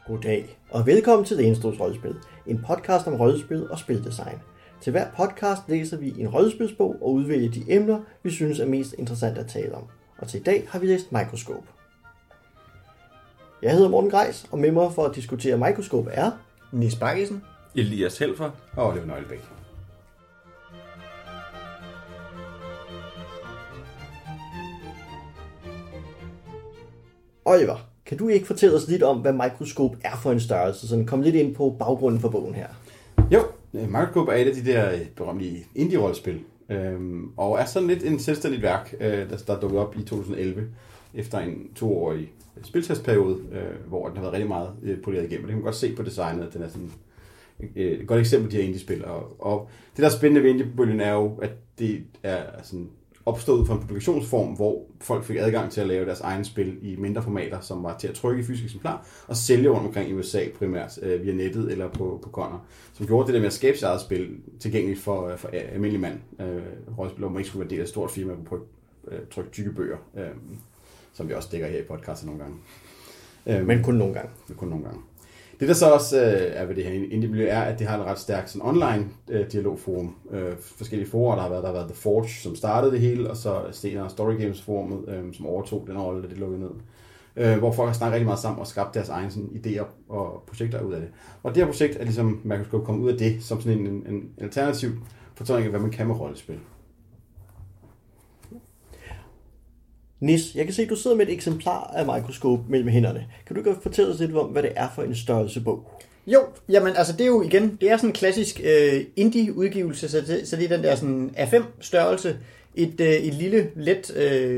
Goddag, og velkommen til Det Enestås Rollespil, en podcast om rollespil og spildesign. Til hver podcast læser vi en rollespilsbog og udvælger de emner, vi synes er mest interessante at tale om. Og til i dag har vi læst Microscope. Jeg hedder Morten Greis, og med mig for at diskutere Microscope er Nis Bakkesen, Elias Helfer og Oliver Nøglebæk. Oliver, kan du ikke fortælle os lidt om, hvad Microscope er for en størrelse, så kom lidt ind på baggrunden for bogen her? Jo, Microscope er et af de der berømmelige indie-rollespil, og er sådan lidt en selvstændigt værk, der dukkede op i 2011, efter en 2-årig spiltestperiode, hvor den har været rigtig meget poleret igennem. Det kan man godt se på designet, at den er sådan et godt eksempel på de her indie-spil. Og det, der er spændende ved indie-bølgen, er jo, at det er sådan opstået fra en publikationsform, hvor folk fik adgang til at lave deres egne spil i mindre formater, som var til at trykke i fysisk eksemplar, og sælge rundt omkring i USA primært via nettet eller på konner, som gjorde det der med at skabe sit eget spil tilgængeligt for almindelig mand. Rollespil, hvor man ikke skulle være del af et stort firma på trykke tykke bøger, som vi også dækker her i podcasten nogle gange. Men kun nogle gange. Det der så også er ved det her indie-miljø er, at det har en ret stærk sådan online dialogforum. Forskellige forer, der har været The Forge, som startede det hele, og så senere Story Games forumet, som overtog den rolle, da det lukkede ned. Hvor folk har snakket rigtig meget sammen og skabt deres egne sådan, idéer og projekter ud af det. Og det her projekt er ligesom Microscope kommet ud af det, som sådan en alternativ fortolkning af, hvad man kan med rollespil. Nis, jeg kan se, at du sidder med et eksemplar af Microscope mellem hænderne. Kan du ikke fortælle os lidt om, hvad det er for en størrelse bog? Jo, jamen altså det er jo igen, det er sådan en klassisk indie-udgivelse, så det er den der sådan A5-størrelse, et lille, let,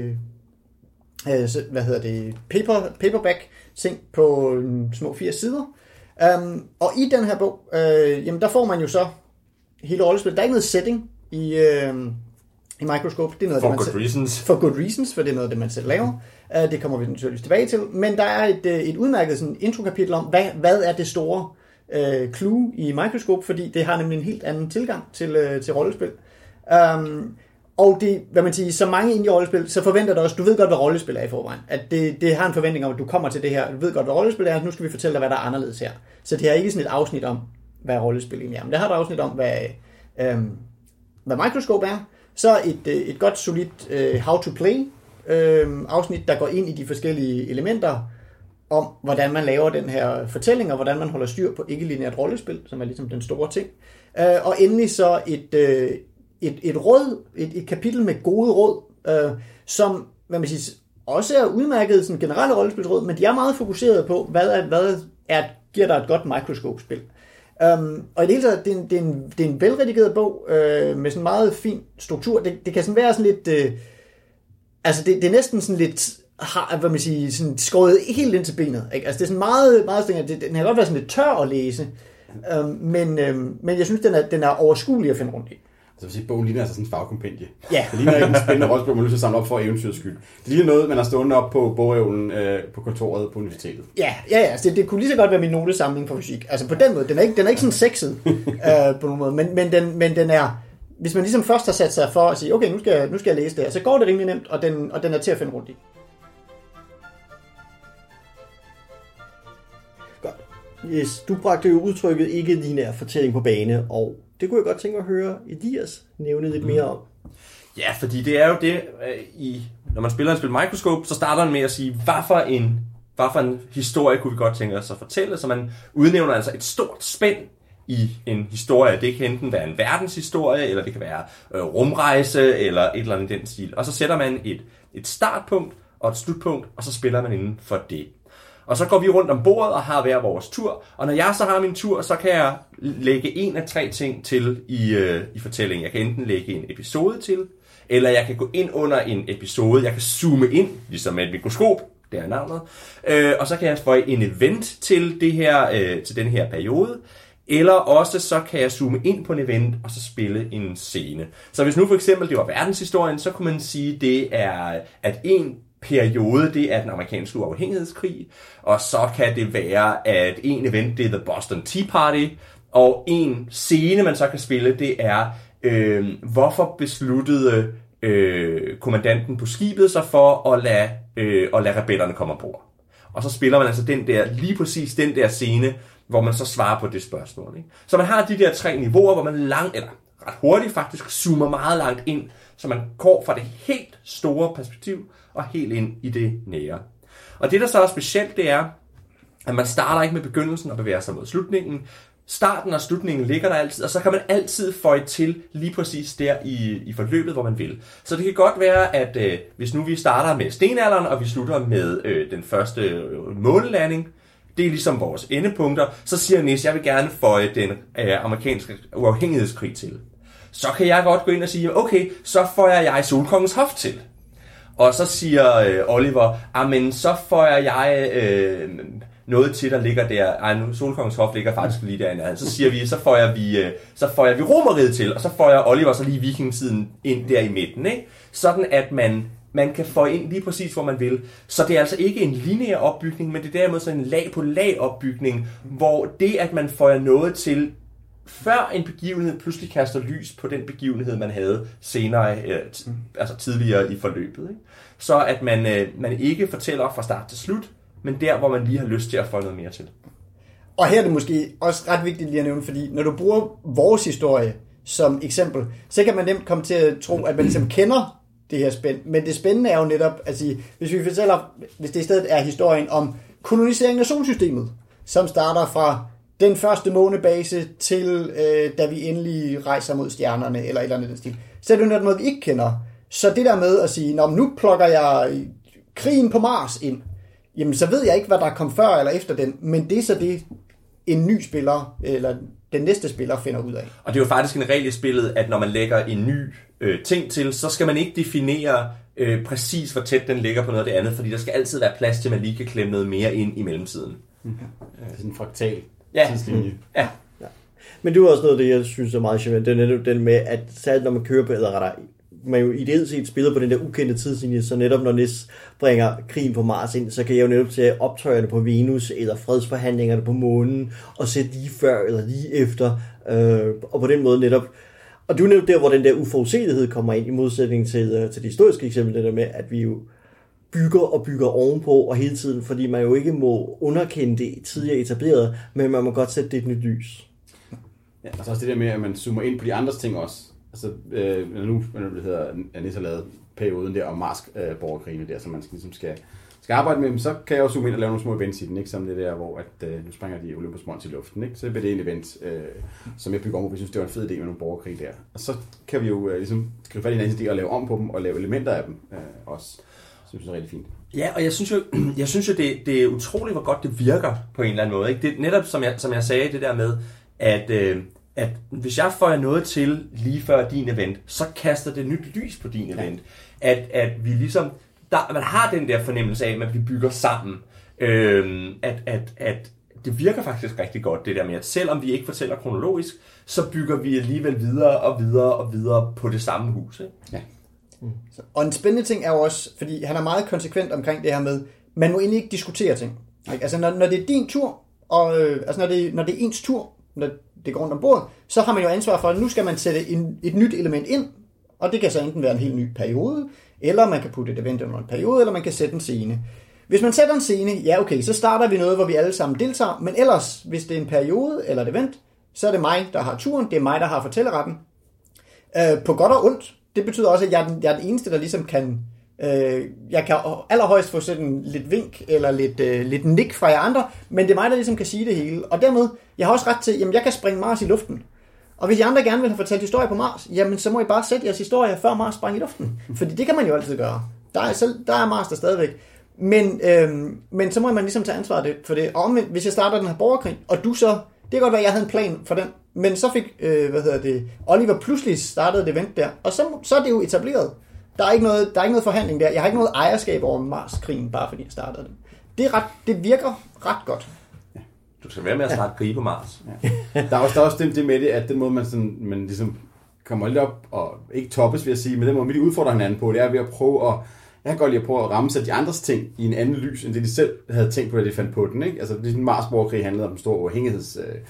paperback-ting på små 80 sider. Og i den her bog, jamen der får man jo så hele rollespillet. Der er ikke noget setting i Microscope. Det er noget, for good reasons, for det er noget, det man selv laver. Det kommer vi naturligvis tilbage til. Men der er et udmærket sådan, introkapitel om, hvad er det store clue i Microscope, fordi det har nemlig en helt anden tilgang til rollespil. Og det, hvad man siger, så mange indie-rollespil, så forventer du også, du ved godt, hvad rollespil er i forvejen. At det har en forventning om, at du kommer til det her, du ved godt, hvad rollespil er, nu skal vi fortælle dig, hvad der er anderledes her. Så det er ikke sådan et afsnit om, hvad rollespil egentlig er. Men det har et afsnit om, hvad Microscope er. Så et godt, solidt how to play afsnit, der går ind i de forskellige elementer om, hvordan man laver den her fortælling, og hvordan man holder styr på ikke-lineært rollespil, som er ligesom den store ting. Og endelig så et råd, et kapitel med gode råd, som hvad man siger, også er udmærket sådan generelle rollespilsråd, men de er meget fokuseret på, hvad giver der et godt Microscope-spil. Og i det hele taget, det er en velredigeret bog med sådan en meget fin struktur. Det kan sådan være sådan lidt, det er næsten sådan lidt, hvad man siger, sådan skåret helt ind til benet. Ikke? Altså det er sådan meget, meget stængende. Den kan godt være sådan lidt tør at læse, men jeg synes, den er overskuelig at finde rundt i. Så vil sige, bogen ligner altså sådan en fagkompendie. Ja. Det ligner ikke en spændende rollespil, man har lyst til at samle op for eventyrets skyld. Det ligner noget, man har stående op på bogreolen på kontoret på universitetet. Ja. Altså det kunne lige så godt være min notesamling for fysik. Altså på den måde, den er ikke sådan sexet på nogen måde, men den er, hvis man ligesom først har sat sig for at sige, okay, nu skal jeg læse det her, så går det rimelig nemt, og den er til at finde rundt i. Godt. Yes, du bragte jo udtrykket ikke-lineær fortælling på bane, og det kunne jeg godt tænke mig at høre Elias nævne lidt mere om. Ja, fordi det er jo det, når man spiller et spil Microscope, så starter man med at sige, hvad for en historie kunne vi godt tænke os at fortælle, så man udnævner altså et stort spænd i en historie. Det kan enten være en verdenshistorie, eller det kan være rumrejse, eller et eller andet i den stil. Og så sætter man et startpunkt og et slutpunkt, og så spiller man inden for det. Og så går vi rundt om bordet og har hver vores tur. Og når jeg så har min tur, så kan jeg lægge en af 3 ting til i fortællingen. Jeg kan enten lægge en episode til, eller jeg kan gå ind under en episode. Jeg kan zoome ind, ligesom med et mikroskop. Det er navnet. Og så kan jeg få en event til til den her periode. Eller også så kan jeg zoome ind på en event og så spille en scene. Så hvis nu for eksempel det var verdenshistorien, så kunne man sige, det er, at en periode, det er den amerikanske uafhængighedskrig, og så kan det være, at en event, det er The Boston Tea Party, og en scene, man så kan spille, det er, hvorfor besluttede kommandanten på skibet sig for at lade rebellerne komme ombord. Og så spiller man altså lige præcis den der scene, hvor man så svarer på det spørgsmål. Ikke? Så man har de der 3 niveauer, hvor man ret hurtigt faktisk zoomer meget langt ind, så man går fra det helt store perspektiv og helt ind i det nære. Og det, der så er specielt, det er, at man starter ikke med begyndelsen og bevæger sig mod slutningen. Starten og slutningen ligger der altid, og så kan man altid føje til lige præcis der i forløbet, hvor man vil. Så det kan godt være, at hvis nu vi starter med stenalderen, og vi slutter med den første månelanding, det er ligesom vores endepunkter, så siger Nis, jeg vil gerne føje den amerikanske uafhængighedskrig til. Så kan jeg godt gå ind og sige, okay, så føjer jeg Solkongens hof til. Og så siger Oliver, men så føjer jeg noget til, der ligger der. Solkongens hof ligger faktisk lige derinde. Så siger vi, så føjer vi Romeriet til, og så føjer Oliver så lige vikingetiden ind der i midten, ikke? Sådan at man kan føje ind lige præcis, hvor man vil. Så det er altså ikke en lineær opbygning, men det er derimod sådan en lag på lag opbygning, hvor det, at man føjer noget til før en begivenhed pludselig kaster lys på den begivenhed, man havde senere, altså tidligere i forløbet. Ikke? Så at man ikke fortæller fra start til slut, men der, hvor man lige har lyst til at få noget mere til. Og her er det måske også ret vigtigt lige at nævne, fordi når du bruger vores historie som eksempel, så kan man nemt komme til at tro, at man ligesom kender det her spænd. Men det spændende er jo netop, at sige, hvis det i stedet er historien om koloniseringen af solsystemet, som starter fra den første månebase til, da vi endelig rejser mod stjernerne, eller et eller andet stil. Så er det jo noget, vi ikke kender. Så det der med at sige, nu plukker jeg krigen på Mars ind, jamen så ved jeg ikke, hvad der kom før eller efter den, men det er så det, en ny spiller, eller den næste spiller finder ud af. Og det er jo faktisk en regel i spillet, at når man lægger en ny ting til, så skal man ikke definere præcis, hvor tæt den ligger på noget af det andet, fordi der skal altid være plads til, at man lige kan klemme noget mere ind i mellemtiden. Det er sådan en fraktal tidslinje. Ja. Men det er også noget af det, jeg synes er meget sjovt. Det er netop den med, at særligt når man kører på, eller rettere, man jo ideelt set spiller på den der ukendte tidslinje, så netop når Nis bringer krigen på Mars ind, så kan jeg jo netop se optøjerne på Venus, eller fredsforhandlingerne på månen, og sætte lige før eller lige efter, og på den måde netop. Og det er jo netop der, hvor den der uforudsigelighed kommer ind, i modsætning til det historiske eksempel, det der med, at vi jo bygger ovenpå, og hele tiden, fordi man jo ikke må underkende det tidligere etableret, men man må godt sætte det et nyt lys. Ja, og så også det der med, at man zoomer ind på de andres ting også. Altså, nu Nis har lavet perioden der om Mars-borgerkrigene der, som man ligesom skal arbejde med, så kan jeg jo zoome ind og lave nogle små events i den, ikke? Som det der, hvor at, nu springer de Olympus Mons i luften, ikke? Så bliver det en event, som jeg bygger om, vi synes, det var en fed idé med nogle borgerkrig der. Og så kan vi jo ligesom skrive fat i en anden idé og lave om på dem, og lave elementer af dem også. Så jeg synes, det er rigtig fint. Ja, og jeg synes jo det er utroligt, hvor godt det virker på en eller anden måde. Ikke? Det er netop, som jeg sagde, det der med, at hvis jeg får noget til lige før din event, så kaster det nyt lys på din event. At vi ligesom, man har den der fornemmelse af, at vi bygger sammen. At det virker faktisk rigtig godt, det der med, at selvom vi ikke fortæller kronologisk, så bygger vi alligevel videre og videre og videre på det samme hus. Ikke? Ja. Og en spændende ting er jo også, fordi han er meget konsekvent omkring det her med, man må egentlig ikke diskutere ting. Altså når det er din tur, og altså når det er ens tur, når det går rundt om bordet, så har man jo ansvar for, at nu skal man sætte et nyt element ind, og det kan så enten være en helt ny periode, eller man kan putte et event under en periode, eller man kan sætte en scene. Hvis man sætter en scene, ja okay, så starter vi noget, hvor vi alle sammen deltager, men ellers, hvis det er en periode eller et event, så er det mig, der har turen, det er mig, der har fortælleretten. På godt og ondt. Det betyder også, at jeg er den eneste, der ligesom kan... jeg kan allerhøjst få sådan lidt vink, eller lidt nik fra jer andre, men det er mig, der ligesom kan sige det hele. Og dermed, jeg har også ret til, jamen jeg kan springe Mars i luften. Og hvis I andre gerne vil have fortalt historie på Mars, jamen så må I bare sætte jeres historie, før Mars springer i luften. Fordi det kan man jo altid gøre. Der er Mars der stadigvæk. Men så må man ligesom tage ansvaret for det. Og omvendt, hvis jeg starter den her borgerkrig, og du så... Det kan godt være, at jeg havde en plan for den, men så fik, Oliver pludselig startede et event der, og så er det jo etableret. Der er ikke noget forhandling der. Jeg har ikke noget ejerskab over Mars-krigen, bare fordi jeg startede den. Det virker ret godt. Ja. Du skal være med at starte krig på Mars. Ja. Der er også det med det, at den måde, man ligesom kommer lidt op, og ikke toppes, vil jeg sige, men den måde, vi udfordrer hinanden på, det er ved at prøve at... Jeg kan godt lide at prøve at ramme sig de andres ting i en anden lys, end det de selv havde tænkt på, da de fandt på den. Ikke? Altså, Mars-borgerkrig handlede om en stor uafhængighedsforhandling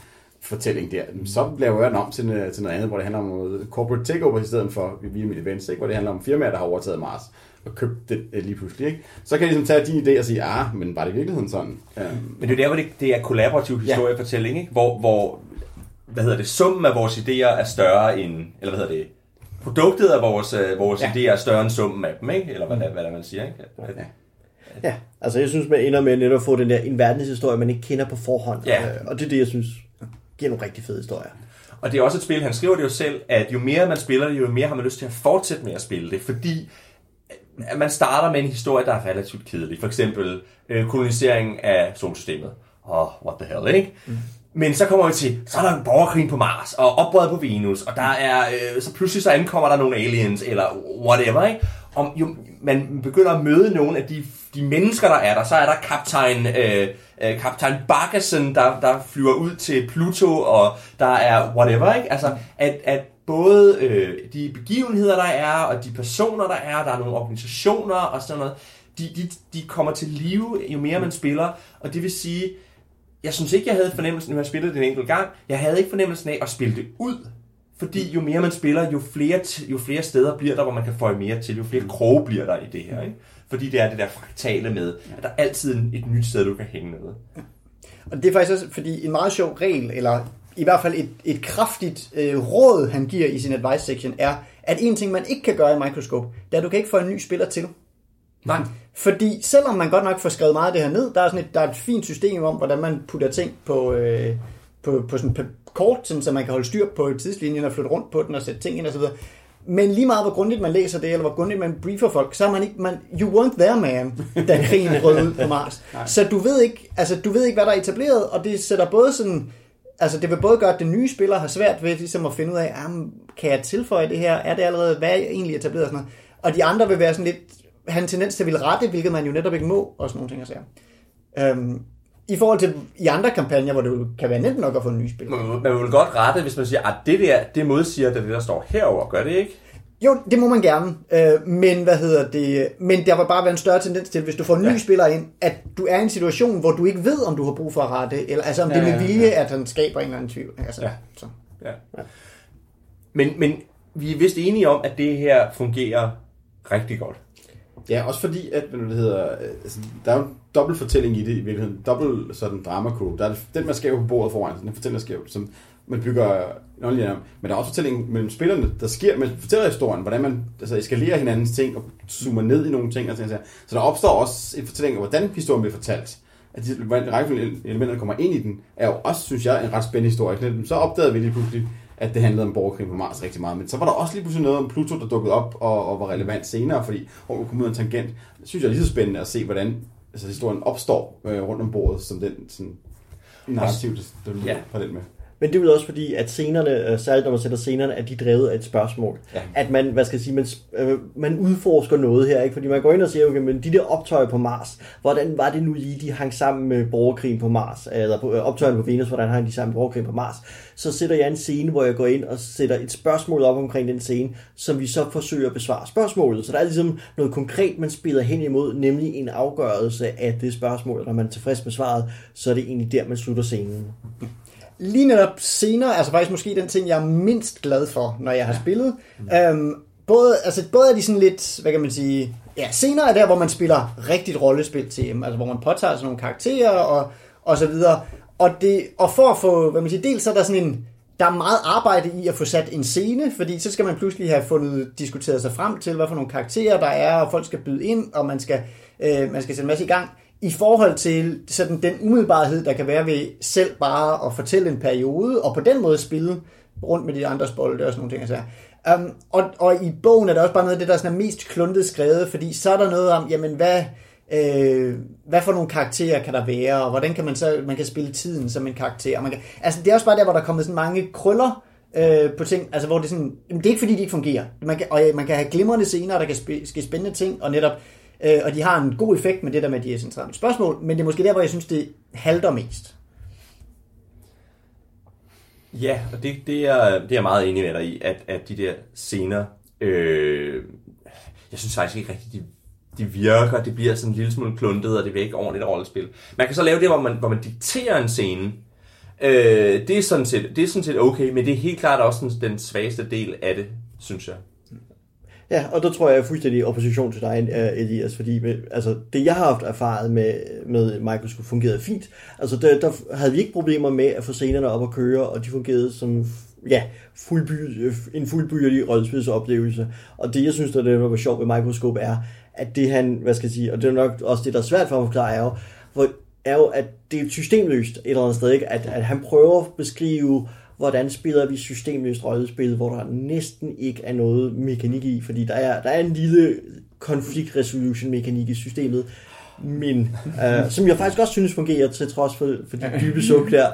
fortælling der, så laver jeg den om til noget andet, hvor det handler om noget corporate takeover i stedet for via mit events, ikke? Hvor det handler om firmaer, der har overtaget Mars og købt det lige pludselig. Ikke? Så kan jeg ligesom tage din idé og sige, men var det i virkeligheden sådan? Men det er der, hvor det er kollaborativ historiefortælling, ikke? Hvor summen af vores idéer er større end, eller produktet af vores idéer er større end summen af dem, ikke? Eller hvad man siger, ikke? Ja, altså jeg synes, man ender med netop at få en verdenshistorie, man ikke kender på forhånd. Ja. Og det er det, jeg synes giver nogle rigtig fede historier. Og det er også et spil, han skriver det jo selv, at jo mere man spiller det, jo mere har man lyst til at fortsætte med at spille det, fordi man starter med en historie, der er relativt kedelig. For eksempel koloniseringen af solsystemet. What the hell, ikke? Men så kommer vi til, så er der en borgerkrig på Mars, og oprøret på Venus, og der er, så pludselig så ankommer der nogle aliens, eller whatever, ikke? Og jo, man begynder at møde nogle af de mennesker, der er der. Så er der kaptajn Bargason, der flyver ud til Pluto, og der er whatever, ikke? Altså, at både de begivenheder, der er, og de personer, der er nogle organisationer og sådan noget, de kommer til live, jo mere man spiller, og det vil sige, jeg synes ikke, jeg havde fornemmelsen, når jeg spillede det en enkelt gang, jeg havde ikke fornemmelsen af at spille det ud, fordi jo mere man spiller, jo flere steder bliver der, hvor man kan føje mere til, jo flere kroge bliver der i det her, ikke? Fordi det er det der fraktale med, at der er altid et nyt sted, du kan hænge noget. Og det er faktisk også, fordi en meget sjov regel, eller i hvert fald et kraftigt råd, han giver i sin advice section, er, at en ting, man ikke kan gøre i Microscope, det er, at du kan ikke få en ny spiller til. Nej. Fordi selvom man godt nok får skrevet meget af det her ned, der er et fint system om, hvordan man putter ting på sådan et kort, sådan, så man kan holde styr på tidslinjen og flytte rundt på den og sætte ting ind og så videre. Men lige meget hvor grundigt man læser det, eller hvor grundigt man briefer folk, så er man ikke, you weren't there, man, da krigen rød ud på Mars. Så du ved ikke, hvad der er etableret, og det sætter både sådan, altså det vil både gøre, at den nye spiller har svært ved ligesom at finde ud af, kan jeg tilføje det her, er det allerede, hvad er egentlig etableret og sådan noget. Og de andre vil være sådan lidt, have en tendens til at ville rette, hvilket man jo netop ikke må, og sådan nogle ting at sige. I forhold til i andre kampagner, hvor det kan være nemt nok at få en ny spil. Man vil godt rette, hvis man siger, at det modsiger det der står herover, gør det ikke? Jo, det må man gerne, men men der vil bare være en større tendens til, hvis du får en ny spiller ind, at du er i en situation, hvor du ikke ved, om du har brug for at rette, eller altså om det er med vilje, at han skaber en eller anden tvivl. Altså, så. Ja. Men vi er vist enige om, at det her fungerer rigtig godt. Ja, også fordi, at der er jo en dobbelt fortælling i det i virkeligheden. Dobbelt sådan drama-kurve. Der er den, man skaber på bordet foran, den fortællerskab, som man bygger men der er også fortællingen mellem spillerne, der sker med fortællerhistorien, hvordan man eskalerer hinandens ting og zoomer ned i nogle ting. Så der opstår også en fortælling om, hvordan historien bliver fortalt. At de rækkefølge elementer, der kommer ind i den, er jo også, synes jeg, en ret spændende historie. Så opdagede vi lige pludselig, at det handlede om borgerkrig på Mars rigtig meget. Men så var der også lige pludselig noget om Pluto, der dukkede op og var relevant senere, fordi hvor kom ud af en tangent. Det synes jeg er lige så spændende at se, hvordan historien opstår rundt om bordet, som den sådan, narrativ, der på den med. Men det er jo også fordi, at scenerne, særligt når man sætter scenerne, at de er drevet af et spørgsmål. Ja. At man, man udforsker noget her, ikke? Fordi man går ind og siger, okay, men de der optøjer på Mars, hvordan var det nu lige, de hang sammen med borgerkrigen på Mars, eller optøjerne på Venus, hvordan hang de sammen med borgerkrigen på Mars. Så sætter jeg en scene, hvor jeg går ind og sætter et spørgsmål op omkring den scene, som vi så forsøger at besvare spørgsmålet. Så der er ligesom noget konkret, man spiller hen imod, nemlig en afgørelse af det spørgsmål, og når man er tilfreds med svaret, så er det egentlig der, man slutter scenen. Lige netop senere, altså faktisk måske den ting, jeg er mindst glad for, når jeg har spillet. Både er de sådan lidt, hvad kan man sige, senere er der, hvor man spiller rigtigt rollespil til dem, altså hvor man påtager sådan nogle karakterer og så videre. Og for at få, hvad man siger, dels så er der sådan der er meget arbejde i at få sat en scene, fordi så skal man pludselig have diskuteret sig frem til, hvad for nogle karakterer der er, og folk skal byde ind, og man skal sætte en masse i gang. I forhold til sådan den umiddelbarhed, der kan være ved selv bare at fortælle en periode, og på den måde spille rundt med de andres bolde og sådan nogle ting. Altså. Og i bogen er der også bare noget af det, der sådan er mest kluntet skrevet, fordi så er der noget om, jamen hvad for nogle karakterer kan der være, og hvordan kan man kan spille tiden som en karakter. Altså det er også bare der, hvor der er kommet sådan mange krøller på ting, altså hvor det sådan, det er ikke fordi, de ikke fungerer. Man kan have glimrende scener, der kan ske spændende ting, og netop og de har en god effekt med det der med de centrale spørgsmål, men det er måske der, hvor jeg synes, det halter mest. Ja, og det er jeg meget enig med dig i, at de der scener, jeg synes faktisk ikke rigtigt, de virker, det bliver sådan en lille smule kluntet, og det bliver ikke ordentligt rollespil. Man kan så lave det, hvor man dikterer en scene, Det er sådan set okay, men det er helt klart også den svageste del af det, synes jeg. Ja, og der tror jeg fuldstændig opposition til dig, Elias, fordi altså, det jeg har haft erfaret med Microscope fungerede fint. Altså der havde vi ikke problemer med at få scenerne op at køre, og de fungerede som en fuldbyrdig rollespilsoplevelse. Og det jeg synes, der var sjovt ved Microscope er, at det han, hvad skal jeg sige, og det er nok også det, der er svært for at forklare, er jo, at det er systemløst et eller andet sted, ikke? At han prøver at beskrive, hvordan spiller vi systemløst rollespil, hvor der næsten ikke er noget mekanik i, fordi der er en lille konfliktresolution-mekanik i systemet, men som jeg faktisk også synes fungerer, til trods for de dybe suk der,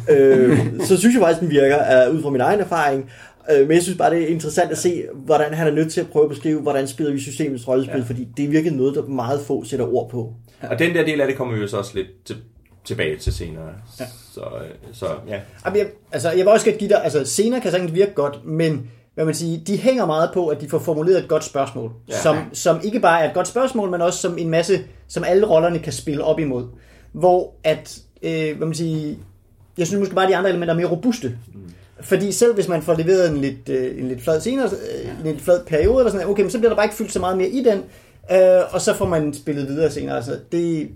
så synes jeg faktisk, den virker, ud fra min egen erfaring. Men jeg synes bare, det er interessant at se, hvordan han er nødt til at prøve at beskrive, hvordan spiller vi systemets rollespil, fordi det er virkelig noget, der meget få sætter ord på. Og den der del af det kommer vi jo så også lidt tilbage til senere. Ja. Så ja. Jeg vil også godt give dig, altså scener kan sagtens virke godt, men hvad man siger, de hænger meget på, at de får formuleret et godt spørgsmål, som ikke bare er et godt spørgsmål, men også som en masse, som alle rollerne kan spille op imod. Hvor at, hvad man siger, jeg synes måske bare, de andre elementer er mere robuste. Fordi selv hvis man får leveret en lidt flad scene, en lidt flad periode, eller sådan, okay, men så bliver der bare ikke fyldt så meget mere i den, og så får man spillet videre senere. Altså, det...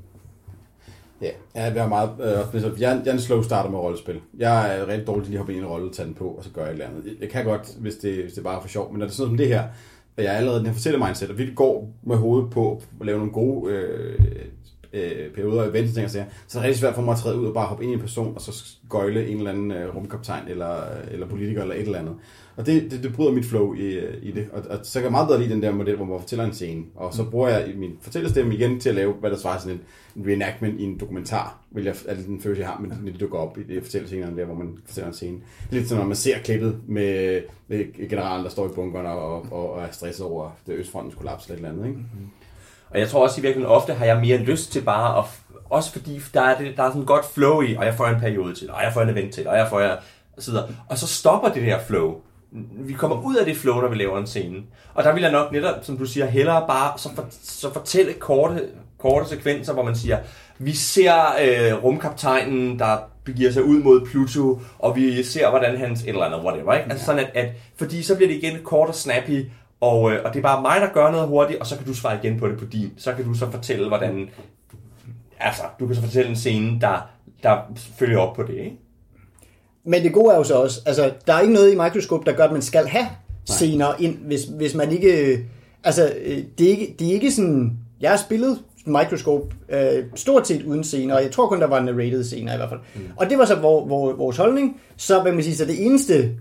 Ja, jeg er meget... jeg er en slow starter med rollespil. Jeg er rigtig dårlig til lige at hoppe ind i en rolle, tage den på, og så gør jeg et eller andet. Jeg kan godt, hvis det bare er for sjov, men når det er sådan som det her, og jeg er allerede den her fortæller-mindset, og vi går med hovedet på at lave nogle gode perioder og events, så er det rigtig svært for mig at træde ud og bare hoppe ind i en person, og så gøjle en eller anden rumkaptajn, eller politiker, eller et eller andet. Og det bryder mit flow i det. Og så kan jeg meget bedre lide den der model, hvor man fortæller en scene. Og så bruger jeg min fortællerstemme igen til at lave, hvad der svarer sådan en reenactment i en dokumentar. Er det den følelse, jeg har, men det dukker op i det fortællescenerne der, hvor man fortæller en scene. Det er lidt sådan, når man ser klippet med generalen, der står i bunkeren og er stresset over det Østfrontens kollaps eller et eller andet, ikke? Mm-hmm. Og jeg tror også i virkeligheden ofte har jeg mere lyst til bare at... Også fordi der er sådan godt flow i, og jeg får en periode til, og jeg får en event til, og jeg får og så videre. Og så stopper det der flow. Vi kommer ud af det flow, når vi laver en scene. Og der vil jeg nok netop, som du siger, hellere bare så fortælle korte sekvenser, hvor man siger, vi ser rumkaptajnen, der begiver sig ud mod Pluto, og vi ser, hvordan hans et eller andet, whatever, ikke? Altså sådan, at fordi så bliver det igen kort og snappy, og det er bare mig, der gør noget hurtigt, og så kan du svare igen på det på din. Så kan du så fortælle, hvordan... Altså, du kan så fortælle en scene, der følger op på det, ikke? Men det gode er jo så også, altså, der er ikke noget i Microscope, der gør, at man skal have scener ind, hvis man ikke... Altså, det er ikke sådan... Jeg har spillet Microscope stort set uden scener, og jeg tror kun, der var narrated scener i hvert fald. Mm. Og det var så vores holdning. Så vil man sige, så det eneste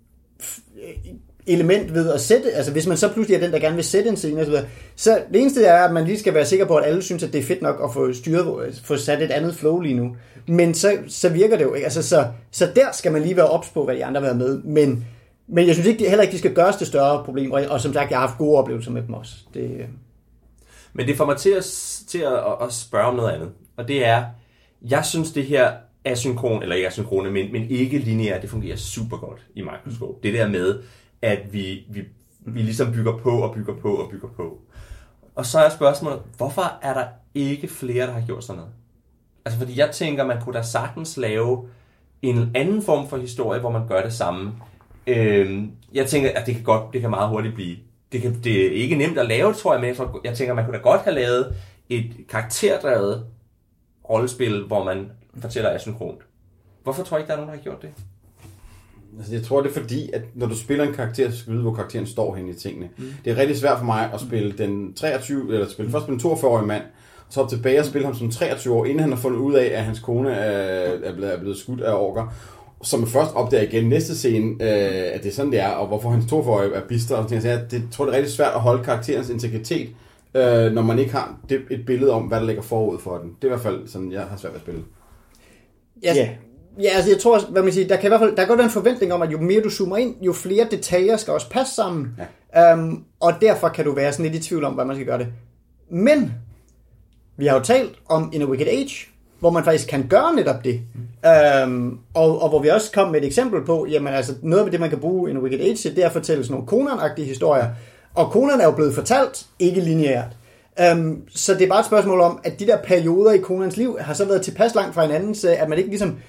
element ved at sætte, altså hvis man så pludselig er den, der gerne vil sætte en scene, så det eneste er, at man lige skal være sikker på, at alle synes, at det er fedt nok at få sat et andet flow lige nu. Men så virker det jo ikke. Altså, så der skal man lige være ops på, hvad de andre vil have med. Men jeg synes heller ikke, de skal gøres til større problem. Og som sagt, jeg har haft gode oplevelser med dem også. Men det får mig til at spørge om noget andet. Og det er, jeg synes det her asynkron, eller ikke asynkrone, men ikke lineært, det fungerer super godt i Microscope. Det der med, at vi ligesom bygger på og bygger på og bygger på. Og så er spørgsmålet, hvorfor er der ikke flere, der har gjort sådan noget? Altså fordi jeg tænker, man kunne da sagtens lave en anden form for historie, hvor man gør det samme. Jeg tænker, at det kan meget hurtigt blive. Det er ikke nemt at lave, tror jeg, men jeg tænker, man kunne da godt have lavet et karakterdrevet rollespil, hvor man fortæller asynkront. Hvorfor tror jeg ikke, der er nogen, der har gjort det? Altså, jeg tror, det er fordi, at når du spiller en karakter, så skal du vide, hvor karakteren står hen i tingene. Mm. Det er rigtig svært for mig at spille den 23, eller spille først med en 42-årig mand, og så op tilbage og spille ham som 23 år, inden han har fundet ud af, at hans kone er blevet skudt af orker. Som først opdager igen næste scene, at det er sådan, det er, og hvorfor hans 42-årige er bister. Og sådan, jeg tror, det er rigtig svært at holde karakterens integritet, når man ikke har et billede om, hvad der ligger forud for den. Det er i hvert fald sådan, jeg har svært ved at spille. Ja, altså jeg tror, hvad man siger, der kan i hvert fald, der er godt en forventning om, at jo mere du zoomer ind, jo flere detaljer skal også passe sammen. Ja. Og derfor kan du være sådan lidt i tvivl om, hvad man skal gøre det. Men vi har jo talt om In a Wicked Age, hvor man faktisk kan gøre netop det. Og hvor vi også kom med et eksempel på, jamen altså noget af det, man kan bruge In a Wicked Age, det er at fortælle sådan nogle Conan-agtige historier. Og Conan er jo blevet fortalt, ikke lineært. Så det er bare et spørgsmål om, at de der perioder i Conans liv har så været tilpas langt fra hinanden, så at man ikke ligesom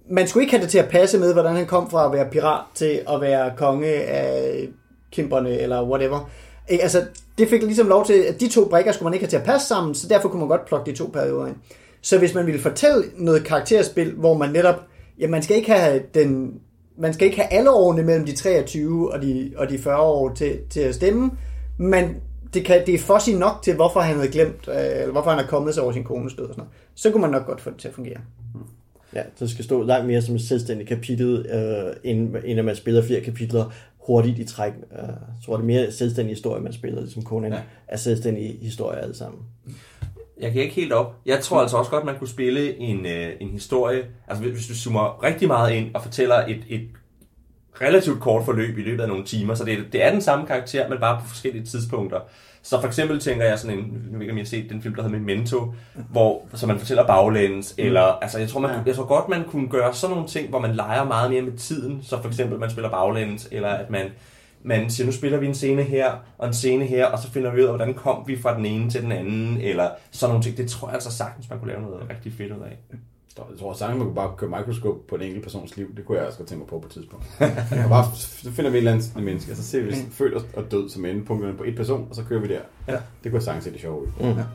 man skulle ikke have det til at passe med, hvordan han kom fra at være pirat til at være konge af Kimberne, eller whatever. Altså, det fik ligesom lov til, at de to brikker skulle man ikke have til at passe sammen, så derfor kunne man godt plukke de to perioder ind. Så hvis man ville fortælle noget karakterspil, hvor man netop, ja, man skal ikke have alle årene mellem de 23 og de 40 år til at stemme, men det er for sig nok til, hvorfor han havde glemt, eller hvorfor han er kommet sig over sin kones død og sådan noget. Så kunne man nok godt få det til at fungere. Ja, det skal stå langt mere som et selvstændigt kapitel, end at man spiller 4 kapitler hurtigt i træk. Så tror det er mere selvstændig historie, man spiller, ligesom Conan er selvstændige historier alle sammen. Jeg kan ikke helt op. Jeg tror altså også godt, man kunne spille en historie, altså hvis du zoomer rigtig meget ind og fortæller et relativt kort forløb i løbet af nogle timer, så det er den samme karakter, men bare på forskellige tidspunkter. Så for eksempel tænker jeg sådan en, jeg ved ikke om I har set den film, der hedder Memento, så man fortæller baglæns, eller, altså jeg tror godt, man kunne gøre sådan nogle ting, hvor man leger meget mere med tiden, så for eksempel man spiller baglæns, eller at man siger, nu spiller vi en scene her, og en scene her, og så finder vi ud af, hvordan kom vi fra den ene til den anden, eller sådan nogle ting. Det tror jeg altså sagtens, man kunne lave noget rigtig fedt ud af. Jeg tror sagtens, man kunne bare køre mikroskop på en enkelt persons liv. Det kunne jeg også godt tænke mig på et tidspunkt. Så finder vi et eller andet menneske, og så ser vi født og død som endepunkterne på et person, og så kører vi der. Ja. Det kunne jeg sagtens se det sjove ud. Ja.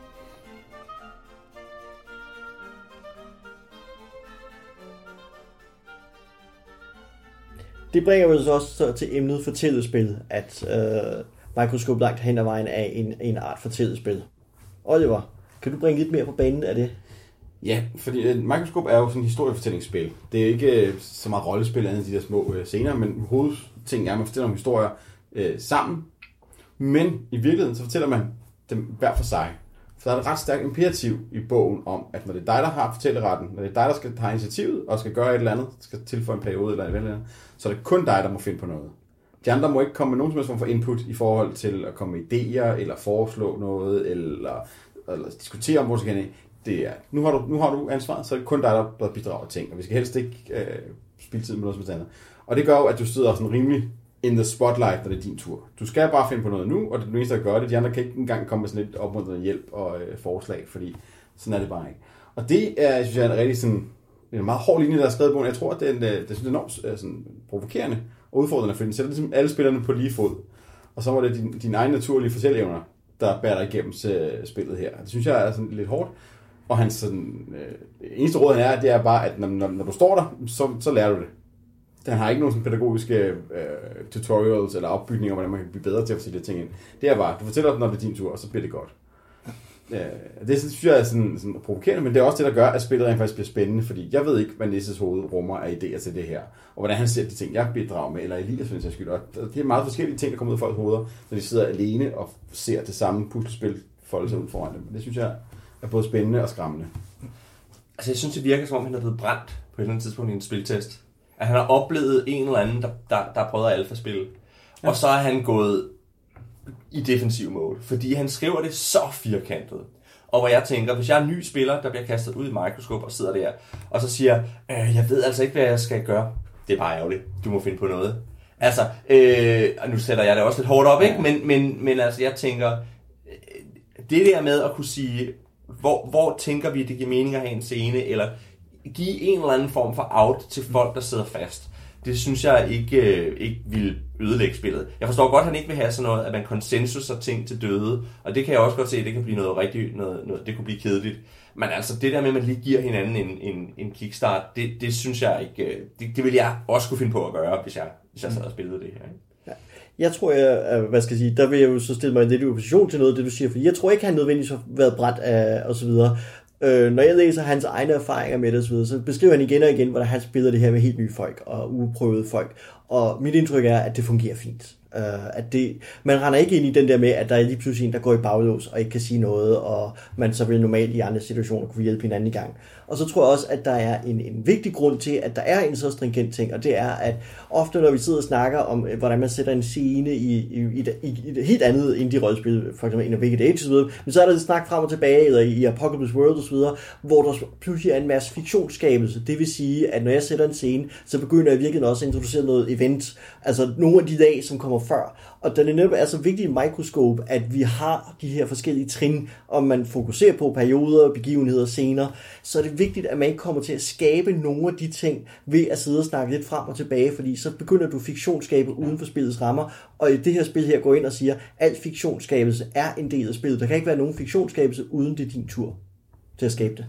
Det bringer os også til emnet fortællespil, at Microscope langt hen ad vejen er en art fortællespil. Oliver, kan du bringe lidt mere på banen af det? Ja, fordi Microscope er jo sådan et historiefortællingsspil. Det er ikke så meget rollespil andet de der små scener, men hovedtingen er, at man fortæller nogle historier sammen. Men i virkeligheden, så fortæller man dem hver for sig. Så der er et ret stærkt imperativ i bogen om, at når det er dig, der har fortælleretten, når det er dig, der skal have initiativet og skal gøre et eller andet, skal tilføje en periode eller et eller andet, så er det kun dig, der må finde på noget. De andre må ikke komme med nogen som helst form for input i forhold til at komme med idéer, eller foreslå noget, eller diskutere om, hvor du skal hen. Det er, nu har du ansvaret, så er det kun dig, der bidrager ting, og vi skal helst ikke spille tid med noget som andet. Og det gør jo, at du sidder sådan rimelig in the spotlight, når det er din tur. Du skal bare finde på noget nu, og det er den eneste, der gør det. De andre kan ikke engang komme med sådan lidt opmuntrende hjælp og forslag, fordi sådan er det bare ikke. Og det er, synes jeg, en rigtig sådan, en meget hård linje, der er skrevet i bogen. Jeg tror, at det er enormt sådan, provokerende og udfordrende, fordi den sætter ligesom alle spillerne på lige fod. Og så var det dine egne naturlige fortælleevner, der bærer dig igennem spillet her. Det synes jeg er sådan lidt hårdt. Og hans sådan, eneste råd han er, det er bare, at når du står der, så lærer du det. Den har ikke nogen sådan pædagogiske tutorials eller opbygninger, hvordan man kan blive bedre til at fortælle ting ind. Det er bare, du fortæller det, når det er din tur, og så bliver det godt. Det synes jeg er sådan provokerende, men det er også det, der gør, at spillet rent faktisk bliver spændende, fordi jeg ved ikke, hvad Nisses hoved rummer af idéer til det her, og hvordan han ser de ting, jeg bidrager med, eller Elias for den sags skyld. Og det er meget forskellige ting, der kommer ud af folks hoveder, når de sidder alene og ser det samme puslespil folde sig ud foran dem. Det synes jeg er både spændende og skræmmende. Altså jeg synes, det virker som om, han er blevet brændt på et eller andet tidspunkt i en spiltest. At han har oplevet en eller anden, der prøver at alfa-spille. Ja. Og så er han gået i defensiv mode, fordi han skriver det så firkantet. Og hvor jeg tænker, hvis jeg er en ny spiller, der bliver kastet ud i Microscope og sidder der, og så siger, jeg ved altså ikke, hvad jeg skal gøre. Det er bare ærgerligt. Du må finde på noget. Altså, nu sætter jeg det også lidt hårdt op, ikke? Men altså, jeg tænker, det der med at kunne sige, hvor tænker vi, det giver mening at have en scene, eller give en eller anden form for out til folk, der sidder fast. Det synes jeg ikke vil ødelægge spillet. Jeg forstår godt, at han ikke vil have sådan noget, at man konsensus og ting til døde, og det kan jeg også godt se, at det kan blive noget rigtigt, noget, det kunne blive kedeligt. Men altså det der med, at man lige giver hinanden en kickstart, det synes jeg ikke, det vil jeg også kunne finde på at gøre, hvis jeg sad og spillede det her. Ikke? Ja. Jeg tror, der vil jeg jo så stille mig lidt i opposition til noget af det, du siger, fordi jeg tror ikke, han nødvendigvis har været brændt af, og så videre. Når jeg læser hans egne erfaringer med det, så beskriver han igen og igen, hvordan han spiller det her med helt nye folk og uprøvede folk. Og mit indtryk er, at det fungerer fint. Man render ikke ind i den der med, at der er lige pludselig en, der går i baglås og ikke kan sige noget, og man så vil normalt i andre situationer kunne hjælpe hinanden i gang. Og så tror jeg også, at der er en vigtig grund til, at der er en så stringent ting, og det er, at ofte når vi sidder og snakker om, hvordan man sætter en scene i et helt andet indie-rollespil, for eksempel Innovative Age osv., men så er der et snak frem og tilbage, eller i Apocalypse World osv., hvor der pludselig er en masse fiktionsskabelse. Det vil sige, at når jeg sætter en scene, så begynder jeg virkelig også at introducere noget event, altså nogle af de dage, som kommer gjorde før. Og da det netop er så vigtigt i Microscope, at vi har de her forskellige trin, og man fokuserer på perioder, begivenheder, scener, så er det vigtigt, at man ikke kommer til at skabe nogle af de ting ved at sidde og snakke lidt frem og tilbage, fordi så begynder du fiktionsskabe uden for spillets rammer, og i det her spil her går ind og siger, at al fiktionsskabelse er en del af spillet. Der kan ikke være nogen fiktionsskabelse, uden det er din tur til at skabe det.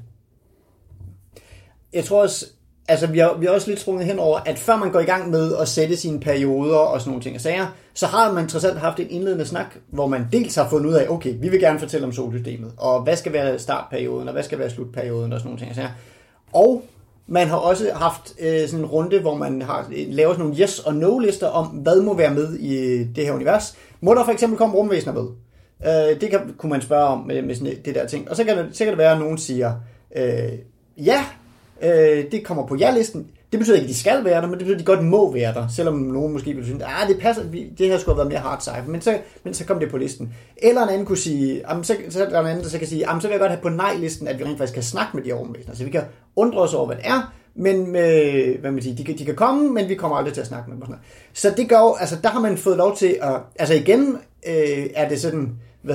Jeg tror også, altså vi har også lidt sprunget hen over, at før man går i gang med at sætte sine perioder og sådan nogle ting og sager, så har man trods alt haft en indledende snak, hvor man dels har fundet ud af, okay, vi vil gerne fortælle om solsystemet, og hvad skal være startperioden, og hvad skal være slutperioden og sådan nogle ting og sager. Og man har også haft sådan en runde, hvor man har lavet sådan nogle yes- og no-lister om, hvad må være med i det her univers. Må der for eksempel komme rumvæsener med? Det kunne man spørge om med sådan det der ting. Og så kan det være, at nogen siger, ja, det kommer på ja-listen. Det betyder ikke, at de skal være der, men det betyder, at de godt må være der. Selvom nogen måske vil synes, det passer, det her skulle have været mere hard sci-fi, men så kom det på listen. Eller en anden kunne sige, så er der en anden, der så kan sige, så vil jeg godt have på nej-listen, at vi rent faktisk kan snakke med de her rumvæsener. Så vi kan undre os over, hvad det er, men hvad man siger, de kan komme, men vi kommer aldrig til at snakke med dem. Så det gør jo, altså der har man fået lov til at, altså igen er det sådan,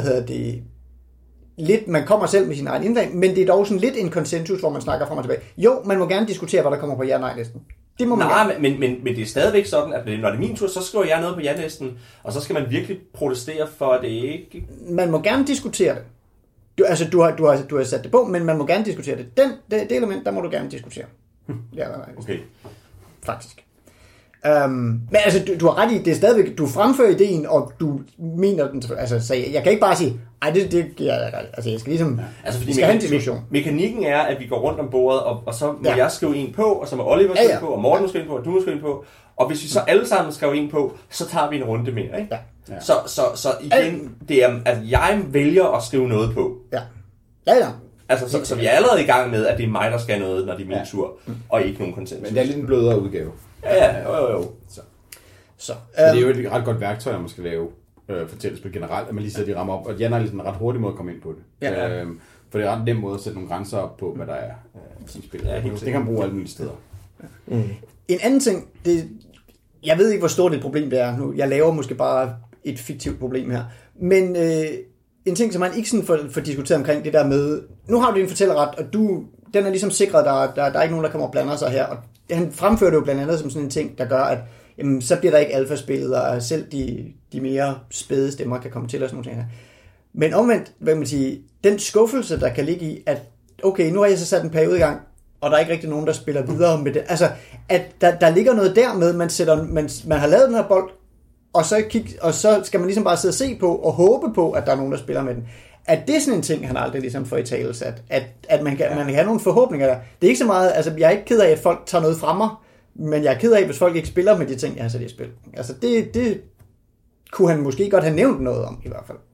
lidt, man kommer selv med sin egen indlæg, men det er dog sådan lidt en konsensus, hvor man snakker frem og tilbage. Jo, man må gerne diskutere, hvad der kommer på ja-nej-listen. Det må man gerne. Men det er stadigvæk sådan, at når det er min tur, så skriver jeg noget på ja-listen, og så skal man virkelig protestere for, at det ikke... Man må gerne diskutere det. Du har sat det på, men man må gerne diskutere det. Det element, der må du gerne diskutere. Ja, nej. Okay. Faktisk. Men altså, du har ret i, det er stadigvæk, du fremfører ideen, og du mener den, altså, så jeg kan ikke bare sige, det altså, jeg skal ligesom, altså, fordi have en diskussion. Mekanikken er, at vi går rundt om bordet, og så må jeg skrive en på, og så må Oliver skrive på, og Morten må skrive en på, og du må skrive en på, og hvis vi så alle sammen skriver en på, så tager vi en runde mere, ikke? Ja. Så igen, det er, at jeg vælger at skrive noget på. Ja. Altså, så vi er allerede i gang med, at det er mig, der skal noget, når det er min tur, og ikke nogen konsensus. Men det er lidt en blødere udgave. Jo. Så. Det er jo et ret godt værktøj, at man skal lave fortællespil generelt, at man lige sætter de rammer op, og Jan har ligesom en ret hurtig måde at komme ind på det. Ja. For det er ret nem måde at sætte nogle grænser op på, hvad der er i spillet. Ja, det kan man bruge alle mulige steder. Ja. En anden ting, jeg ved ikke, hvor stort et problem det er nu. Jeg laver måske bare et fiktivt problem her. Men en ting, som man ikke sådan får diskuteret omkring, det der med, nu har du din fortællerret, og den er ligesom sikret, der er ikke nogen, der kommer og blander sig her. Og han fremfører det jo blandt andet som sådan en ting, der gør, at jamen, så bliver der ikke alfa-spillet, og selv de mere spæde stemmer kan komme til og sådan nogle ting her. Men omvendt, hvad kan man sige, den skuffelse, der kan ligge i, at okay, nu har jeg så sat en periode i gang, og der er ikke rigtig nogen, der spiller videre med det. Altså, at der ligger noget der med, man har lavet den her bold, og så skal man ligesom bare sidde og se på, og håbe på, at der er nogen, der spiller med den. At det er sådan en ting, han aldrig ligesom får i tale sat. At man kan have nogle forhåbninger der. Det er ikke så meget, altså jeg er ikke ked af, at folk tager noget fra mig, men jeg er ked af, hvis folk ikke spiller med de ting, jeg har sat i spil. Altså det kunne han måske godt have nævnt noget om, i hvert fald.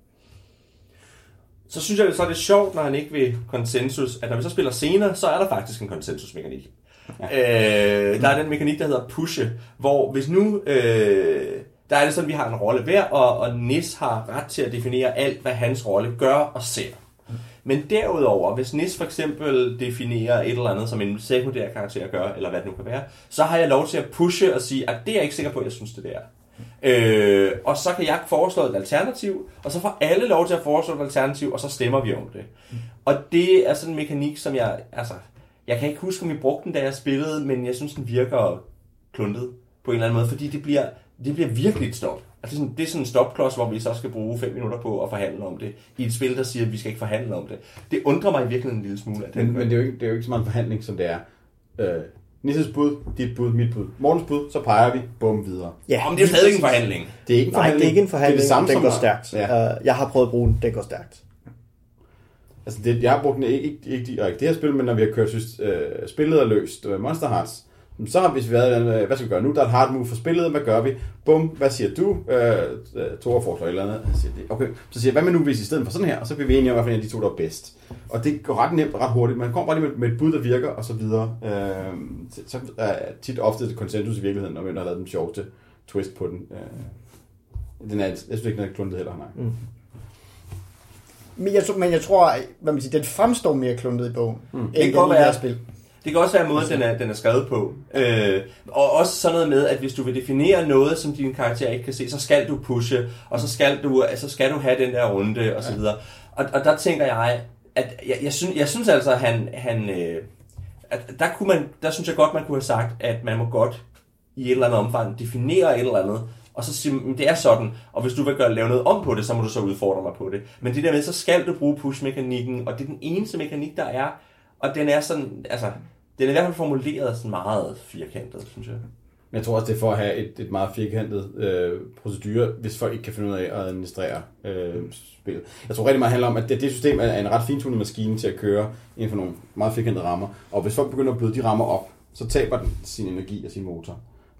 Så synes jeg, så er det sjovt, når han ikke vil konsensus, at når vi så spiller senere, så er der faktisk en konsensusmekanik. Ja. Der er den mekanik, der hedder pushe, hvor hvis nu... der er det sådan, at vi har en rolle hver, og Nis har ret til at definere alt, hvad hans rolle gør og ser. Men derudover, hvis Nis for eksempel definerer et eller andet, som en sekundær karakter gør, eller hvad det nu kan være, så har jeg lov til at pushe og sige, at det er jeg ikke sikker på, at jeg synes, det er. Og så kan jeg foreslå et alternativ, og så får alle lov til at foreslå et alternativ, og så stemmer vi om det. Og det er sådan en mekanik, som jeg kan ikke huske, om vi brugte den, da jeg spillede, men jeg synes, den virker kluntet på en eller anden måde, fordi det bliver virkelig et stop. Altså, det er sådan en stopklods, hvor vi så skal bruge 5 minutter på at forhandle om det. I et spil, der siger, at vi skal ikke forhandle om det. Det undrer mig i virkeligheden en lille smule. Men det er jo ikke så meget en forhandling, som det er. Nisses bud, dit bud, mit bud. Morgens bud, så peger vi, bum, videre. Ja, men det er jo stadig en forhandling. Det er ikke en forhandling. Nej, det er ikke en forhandling, det er det samme, den går stærkt. Ja. Jeg har prøvet at bruge den, den går stærkt. Altså, jeg har brugt den ikke det her spil, men når vi har kørt spillet og løst Monster Hearts, så har vi været, hvad skal vi gøre nu? Der er et hard move for spillet, hvad gør vi? Bum, hvad siger du? Thor foreslår et eller andet. Siger det. Okay, så siger jeg, hvad med nu, hvis i stedet for sådan her? Og så bliver vi enige om, hvad for en af de to, der er bedst. Og det går ret nemt, ret hurtigt. Man kommer bare lige med et bud, der virker, og så videre. Så er tit ofte et konsensus i virkeligheden, når man har lavet den sjoveste twist på den. Jeg synes ikke, den er kluntet heller, nej. Mm. Men jeg tror, hvad man siger, den fremstår mere kluntet i bogen, end det kan være spil. Det kan også være måden, den er skrevet på. Og også sådan noget med, at hvis du vil definere noget, som din karakter ikke kan se, så skal du pushe, og så skal du have den der runde, og så videre. Og der tænker jeg, at jeg synes altså, der synes jeg godt, man kunne have sagt, at man må godt i et eller andet omfang definere et eller andet, og så sige, det er sådan, og hvis du vil lave noget om på det, så må du så udfordre mig på det. Men det der med, så skal du bruge push-mekanikken, og det er den eneste mekanik, der er, og den er sådan, altså, den er i hvert fald formuleret sådan meget firkantet, synes jeg. Jeg tror også, det er for at have et meget firkantet procedure, hvis folk ikke kan finde ud af at administrere spillet. Jeg tror rigtig meget handler om, at det system er en ret fintunet maskine til at køre inden for nogle meget firkantede rammer, og hvis folk begynder at bløde de rammer op, så taber den sin energi og sin motor.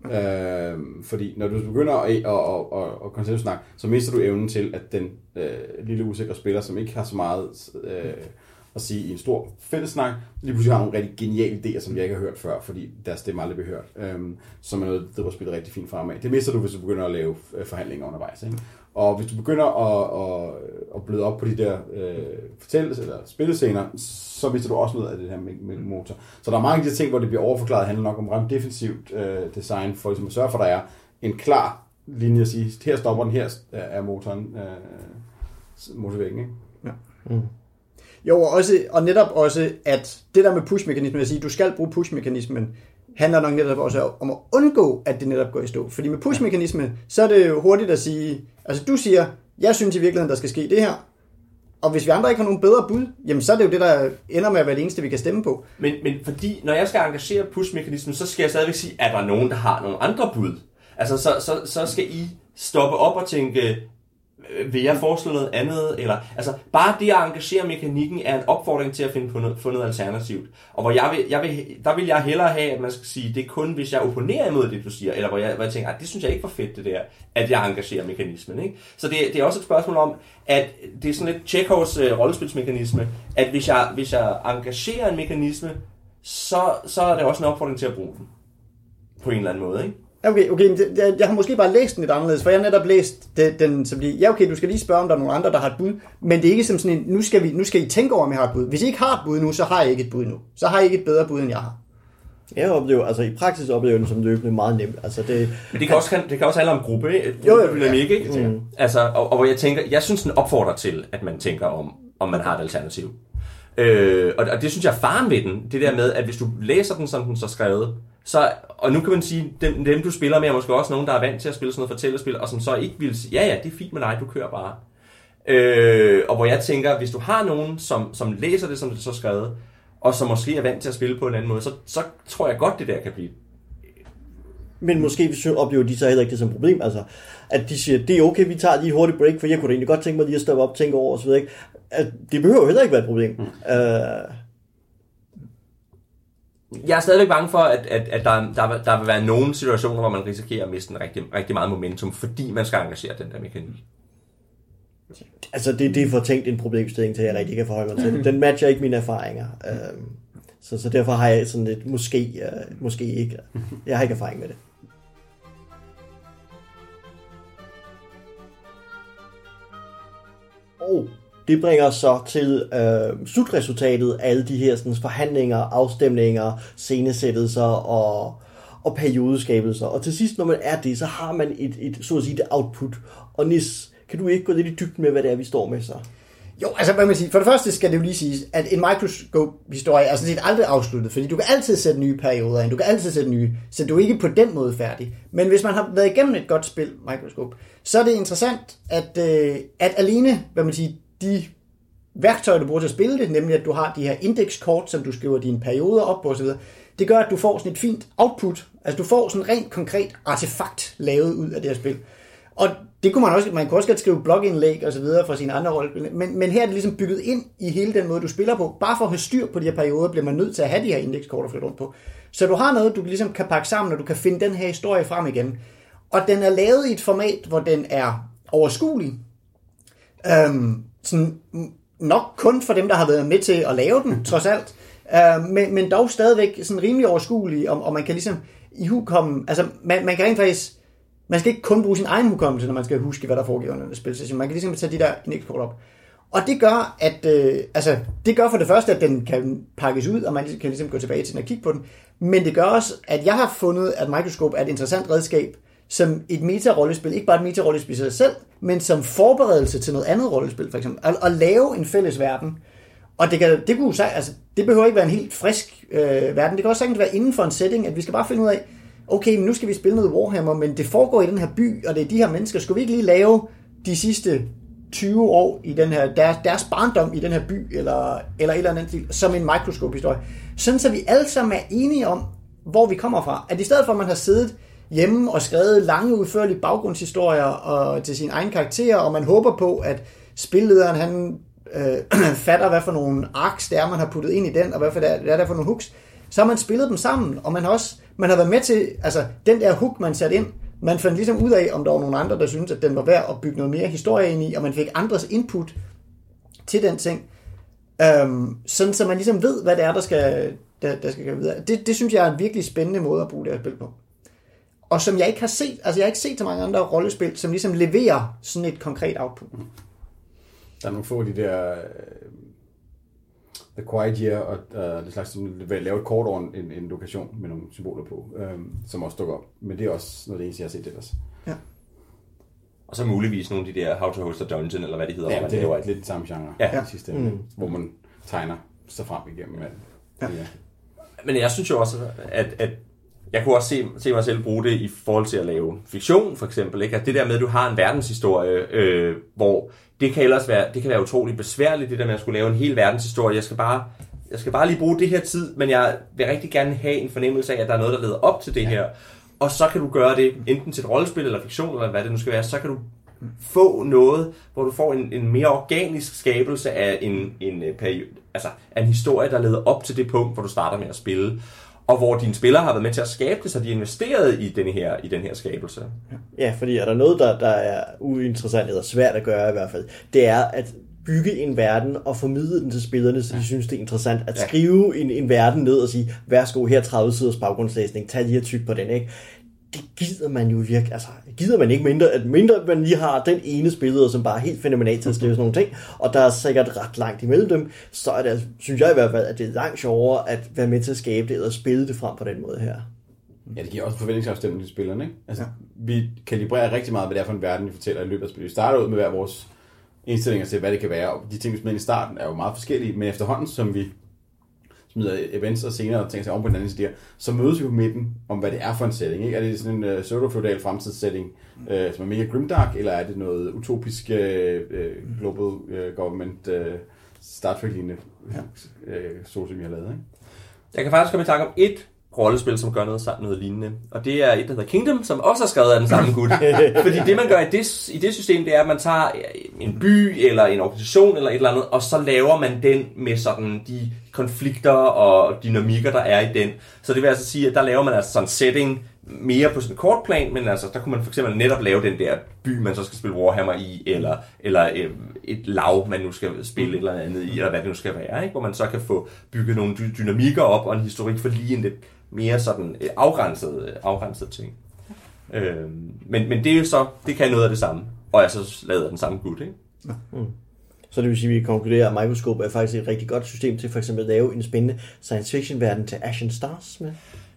Fordi når du begynder at konceptsnak, så mister du evnen til, at den lille usikre spiller, som ikke har så meget at sige i en stor fællessnak, lige pludselig har nogle rigtig geniale idéer, som jeg ikke har hørt før, fordi deres stemme aldrig bliver hørt, som er noget, der var spillet rigtig fint fremad. Det mister du, hvis du begynder at lave forhandlinger undervejs. Ikke? Og hvis du begynder at bløde op på de der fortællelser eller spillescener, så mister du også noget af det her med motor. Så der er mange af de ting, hvor det bliver overforklaret, handler nok om ret defensivt design, for ligesom at sørge for, at der er en klar linje at sige, her stopper den, her er motoren motorvæggen. Ikke? Ja. Mm. Jo, og netop også, at det der med push-mekanismen, at sige, du skal bruge push-mekanismen, handler nok netop også om at undgå, at det netop går i stå. Fordi med push-mekanismen, så er det jo hurtigt at sige, altså du siger, jeg synes i virkeligheden, der skal ske det her, og hvis vi andre ikke har nogen bedre bud, jamen så er det jo det, der ender med at være det eneste, vi kan stemme på. Men fordi, når jeg skal engagere push-mekanismen, så skal jeg stadigvæk sige, er der nogen, der har nogle andre bud? Altså, så skal I stoppe op og tænke, vil jeg foreslå noget andet? Eller, altså, bare det at engagere mekanikken er en opfordring til at få noget alternativt. Og hvor der vil jeg hellere have, at man skal sige, det er kun, hvis jeg opponerer imod det, du siger, eller hvor jeg tænker, det synes jeg ikke var fedt, det der, at jeg engagerer mekanismen. Ikke? Så det er også et spørgsmål om, at det er sådan lidt Chekhovs rollespilsmekanisme, at hvis jeg engagerer en mekanisme, så er det også en opfordring til at bruge den. På en eller anden måde, ikke? Okay, jeg har måske bare læst den lidt anderledes, for jeg har netop læst den som det, ja okay, du skal lige spørge, om der er nogen andre, der har et bud, men det er ikke som sådan en, nu skal I tænke over, om jeg har et bud. Hvis I ikke har et bud nu, så har jeg ikke et bud nu. Så har I ikke et bedre bud, end jeg har. Jeg oplever, altså i praksis oplever den som løbende meget nemt. Altså men det kan også handle om gruppedynamik, ikke? Mm. Altså, og hvor jeg tænker, jeg synes, den opfordrer til, at man tænker om man har et alternativ. Og det synes jeg er faren ved den, det der med, at hvis du læser den, som den så skrevet, så, og nu kan man sige, dem du spiller med, er måske også nogen, der er vant til at spille sådan noget fortællespil, og som så ikke vil sige, ja, det er fint med dig, du kører bare. Og hvor jeg tænker, hvis du har nogen, som læser det, som det så skrevet, og som måske er vant til at spille på en anden måde, så tror jeg godt, det der kan blive. Men måske oplever de så heller ikke det som et problem, altså at de siger, det er okay, vi tager lige et hurtigt break, for jeg kunne da egentlig godt tænke mig lige at stoppe op, tænke over osv. Det behøver heller ikke være et problem. Jeg er stadigvæk bange for, at der vil være nogle situationer, hvor man risikerer at miste rigtig, rigtig meget momentum, fordi man skal engagere den der mekanik. Altså, det er for tænkt en problemstilling til, at jeg rigtig kan forholde mig til. Den matcher ikke mine erfaringer. Så derfor har jeg sådan lidt, måske ikke. Jeg har ikke erfaring med det. Og det bringer os så til slutresultatet af alle de her sådan, forhandlinger, afstemninger, scenesættelser og periodeskabelser. Og til sidst, når man er det, så har man et så at sige, det output. Og Nis, kan du ikke gå lidt i dybden med, hvad det er, vi står med så? Jo, altså hvad man siger. For det første skal det jo lige siges, at en Microscope-historie er sådan set aldrig afsluttet, fordi du kan altid sætte nye perioder ind, du kan altid sætte nye, så du er ikke på den måde færdig. Men hvis man har været igennem et godt spil, Microscope, så er det interessant, at alene, hvad man siger, de værktøjer, du bruger til at spille det, nemlig at du har de her indekskort, som du skriver dine perioder op på osv., det gør, at du får sådan et fint output, altså du får sådan en rent konkret artefakt lavet ud af det her spil. Og det kunne man kunne også godt skrive blogindlæg og så videre for sine andre rollespil, men her er det ligesom bygget ind i hele den måde, du spiller på. Bare for at have styr på de her perioder, bliver man nødt til at have de her indekskort at flytte rundt på. Så du har noget, du ligesom kan pakke sammen, og du kan finde den her historie frem igen. Og den er lavet i et format, hvor den er overskuelig. Sådan, nok kun for dem, der har været med til at lave den, trods alt. Men dog stadigvæk sådan rimelig overskuelig, og man kan ligesom i hukomme, altså man kan rent faktisk. Man skal ikke kun bruge sin egen hukommelse, når man skal huske, hvad der foregår under en spilsession. Man kan ligesom tage de der indekskort op. Og det gør, at det gør for det første, at den kan pakkes ud, og man kan ligesom gå tilbage til den og kigge på den. Men det gør også, at jeg har fundet, at Microscope er et interessant redskab, som et meta-rollespil, ikke bare et meta-rollespil i sig selv, men som forberedelse til noget andet rollespil, for eksempel. At lave en fælles verden. Og det behøver ikke være en helt frisk verden. Det kan også sagtens være inden for en setting, at vi skal bare finde ud af, okay, men nu skal vi spille noget Warhammer, men det foregår i den her by, og det er de her mennesker. Skulle vi ikke lige lave de sidste 20 år i den her, deres barndom i den her by, eller et eller andet stil, som en Microscope-historie. Sådan så vi alle sammen er enige om, hvor vi kommer fra. At i stedet for, at man har siddet hjemme og skrevet lange, udførlige baggrundshistorier og til sine egne karakterer, og man håber på, at spillederen han fatter, hvad for nogle arcs det er, man har puttet ind i den, og hvad for det er for nogle hooks, så har man spillet dem sammen, og man har været med til, altså den der hook, man satte ind, man fandt ligesom ud af, om der var nogle andre, der syntes, at den var værd at bygge noget mere historie ind i, og man fik andres input til den ting, sådan så man ligesom ved, hvad det er, der skal gå videre. Det synes jeg er en virkelig spændende måde at bruge det her spil på. Og som jeg ikke har set, altså jeg har ikke set så mange andre rollespil, som ligesom leverer sådan et konkret output. Der er nogle få af de der The Quiet Year og det slags, som laver et kort over en lokation med nogle symboler på, som også dukker op. Men det er også noget af det eneste, jeg har set ellers. Ja. Og så muligvis nogle af de der How to Host a Dungeon, eller hvad de hedder. Ja, det var lidt samme genre i sidste ende, hvor man tegner sig frem igennem. Ja. Men jeg synes jo også, at jeg kunne også se mig selv bruge det i forhold til at lave fiktion, for eksempel. Ikke? At det der med, at du har en verdenshistorie, hvor det kan være utroligt besværligt, det der med at skulle lave en hel verdenshistorie. Jeg skal bare lige bruge det her tid, men jeg vil rigtig gerne have en fornemmelse af, at der er noget, der leder op til det her. Og så kan du gøre det enten til et rollespil eller fiktion, eller hvad det nu skal være. Så kan du få noget, hvor du får en mere organisk skabelse af en periode, altså en historie, der leder op til det punkt, hvor du starter med at spille. Og hvor dine spillere har været med til at skabe det, så de investerede i den her skabelse. Ja, fordi er der noget, der er uinteressant eller svært at gøre i hvert fald, det er at bygge en verden og formidle den til spillerne, så de synes, det er interessant at skrive en verden ned og sige, værsgo, her 30 siders baggrundslæsning, tag lige tyk på den, ikke? Det gider man jo virkelig, altså gider man ikke mindre man lige har den ene spiller, som bare er helt fænomenalt til at skrive sådan nogle ting, og der er sikkert ret langt imellem dem, så er det, synes jeg i hvert fald, at det er langt sjovere at være med til at skabe det, eller spille det frem på den måde her. Ja, det giver også forventningsafstemning til spillerne, ikke? Altså, vi kalibrerer rigtig meget, hvad det er for en verden, vi fortæller i løbet af spillet. Vi starter ud med hver vores indstillinger til, hvad det kan være, og de ting, vi smider i starten, er jo meget forskellige, men efterhånden, som vi smider events og senere og tænker sig om på den anden side, så mødes vi på midten om, hvad det er for en setting. Ikke? Er det sådan en pseudo-feudal fremtidssetting, som er mega grimdark, eller er det noget utopisk global government Star Trek-lignende som vi har lavet? Ikke? Jeg kan faktisk komme i tanke om et rollespil, som gør noget lignende. Og det er et, der hedder Kingdom, som også er skrevet af den samme gut. Fordi det, man gør i det system, det er, at man tager en by, eller en organisation, eller et eller andet, og så laver man den med sådan de konflikter og dynamikker, der er i den. Så det vil altså sige, at der laver man altså sådan en setting mere på sådan en kort plan, men altså, der kunne man for eksempel netop lave den der by, man så skal spille Warhammer i, eller et lav, man nu skal spille et eller andet i, eller hvad det nu skal være, ikke? Hvor man så kan få bygget nogle dynamikker op, og en historik for lige en lidt mere sådan afgrænset ting. Men det er jo så, det kan noget af det samme, og er så lavet af den samme gut, ikke? Så det vil sige, at vi konkluderer, at Microscope er faktisk et rigtig godt system til for eksempel at lave en spændende science fiction verden til Ashen Stars med.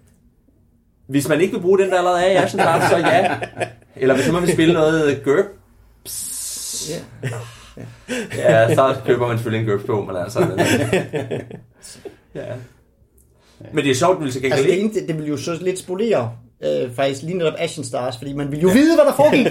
Hvis man ikke vil bruge den, der allerede er i Ashen Stars, så ja. Eller hvis man vil spille noget GURPS. Ja, så køber man selvfølgelig en GURPS på, men altså... Ja. Men det er sjovt, at vi så altså, det vil jo så lidt spolere faktisk lige netop Ashen Stars, fordi man vil jo vide, hvad der foregik.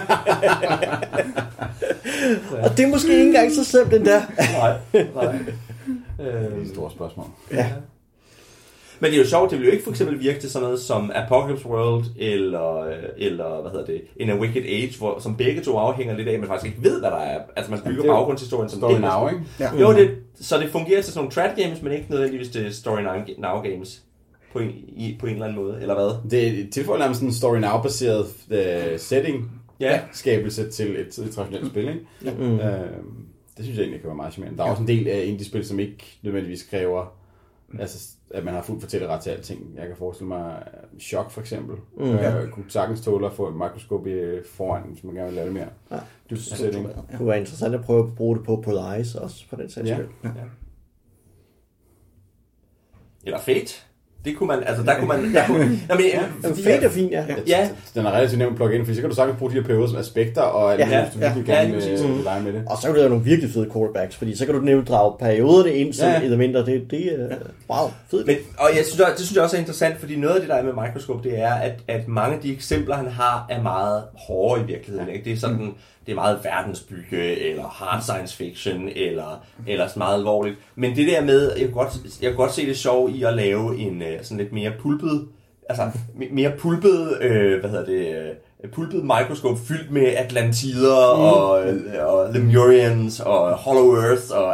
Og det er måske ikke engang så slemt, den der. Nej. Det er et stort spørgsmål. Ja. Men det er jo sjovt, det vil jo ikke for eksempel virke til sådan noget som Apocalypse World, eller hvad hedder det, In a Wicked Age, som begge to afhænger lidt af, at man faktisk ikke ved, hvad der er. Altså man bygger baggrundshistorien som Story Now, ikke? Ja. Jo, så det fungerer til sådan nogle trad games, men ikke nødvendigvis til Story Now games på en eller anden måde, eller hvad? Det tilføjer nærmest sådan en Story Now-baseret setting-skabelse til et traditionelt spil, ikke? Ja. Det synes jeg egentlig kan være meget charmerende. Der er også en del af indie-spil, som ikke nødvendigvis kræver Altså, at man har fuld fortælleret til alting. Jeg kan forestille mig Chok for eksempel. Kunne sagtens tåle at få et mikroskop foran, hvis man gerne vil lave det mere. Ja. Det kunne være interessant at prøve at bruge det på Polaris også, på den sags skyld. Ja. Eller Fate. Det kunne man, altså der kunne man... Fate er fint, ja. Den er relativt nemt plug-in, for så kan du sagtens bruge de her perioder som aspekter, og hvis du virkelig gerne vil lege med det. Og så kan du have nogle virkelig fede callbacks, fordi så kan du nemlig drage perioderne ind som elementer. Det er wow, fedt. Og det synes jeg også er interessant, fordi noget af det, der er med Microscope, det er, at mange af de eksempler, han har, er meget hårde i virkeligheden. Ikke? Det er sådan... Det er meget verdensbygge, eller hard science fiction, eller sådan meget alvorligt. Men det der med, jeg kan godt se det sjov i at lave en sådan lidt mere pulpet, pulpet mikroskop fyldt med Atlantider og Lemurians og Hollow Earth, og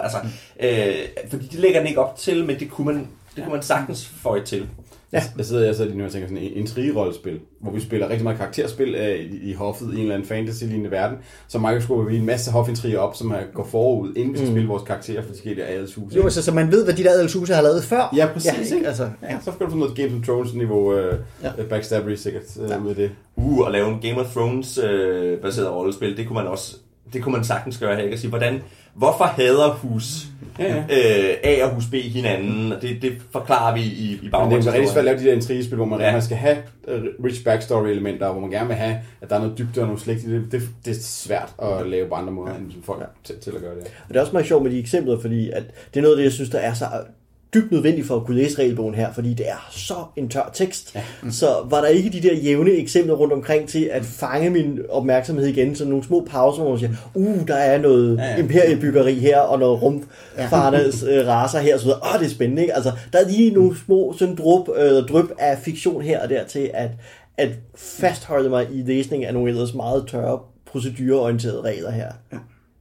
fordi de lægger den ikke op til, men det kunne man sagtens få til. Ja. Jeg sidder lige nu og tænker sådan en intrigerollespil, hvor vi spiller rigtig meget karakterspil i hoffet i en eller anden fantasy-lignende verden. Så Microscope vil en masse hoffintriger op, som går forud, inden vi skal spille vores karakterer for de forskellige adelshuse. Jo, så man ved, hvad de der adelshuse har lavet før. Ja, præcis. Ja, altså, så skal du få noget Game of Thrones-niveau backstabbery sikkert ud af det. Og lave en Game of Thrones-baseret rollespil, det kunne man sagtens gøre her. Jeg kan sige, hvorfor hader hus A og hus B hinanden? Det forklarer vi i baggrundshistorien. Men det er rigtig svært at lave de der intrigespil, hvor man skal have rich backstory-elementer, hvor man gerne vil have, at der er noget dybde og noget slægt i det. Det er svært at lave på andre måder, end som folk til at gøre det. Og det er også meget sjovt med de eksempler, fordi at det er noget af det, jeg synes, der er så dybt nødvendigt for at kunne læse regelbogen her, fordi det er så en tør tekst. Ja. Så var der ikke de der jævne eksempler rundt omkring til at fange min opmærksomhed igen, så nogle små pauser, hvor man siger, der er noget imperiebyggeri her, og noget rumfarnes racer her, så videre. Det er spændende, ikke? Altså, der er lige nogle små sådan dryp af fiktion her og der til at fastholde mig i læsning af nogle ellers meget tørre procedureorienterede regler her. Ja.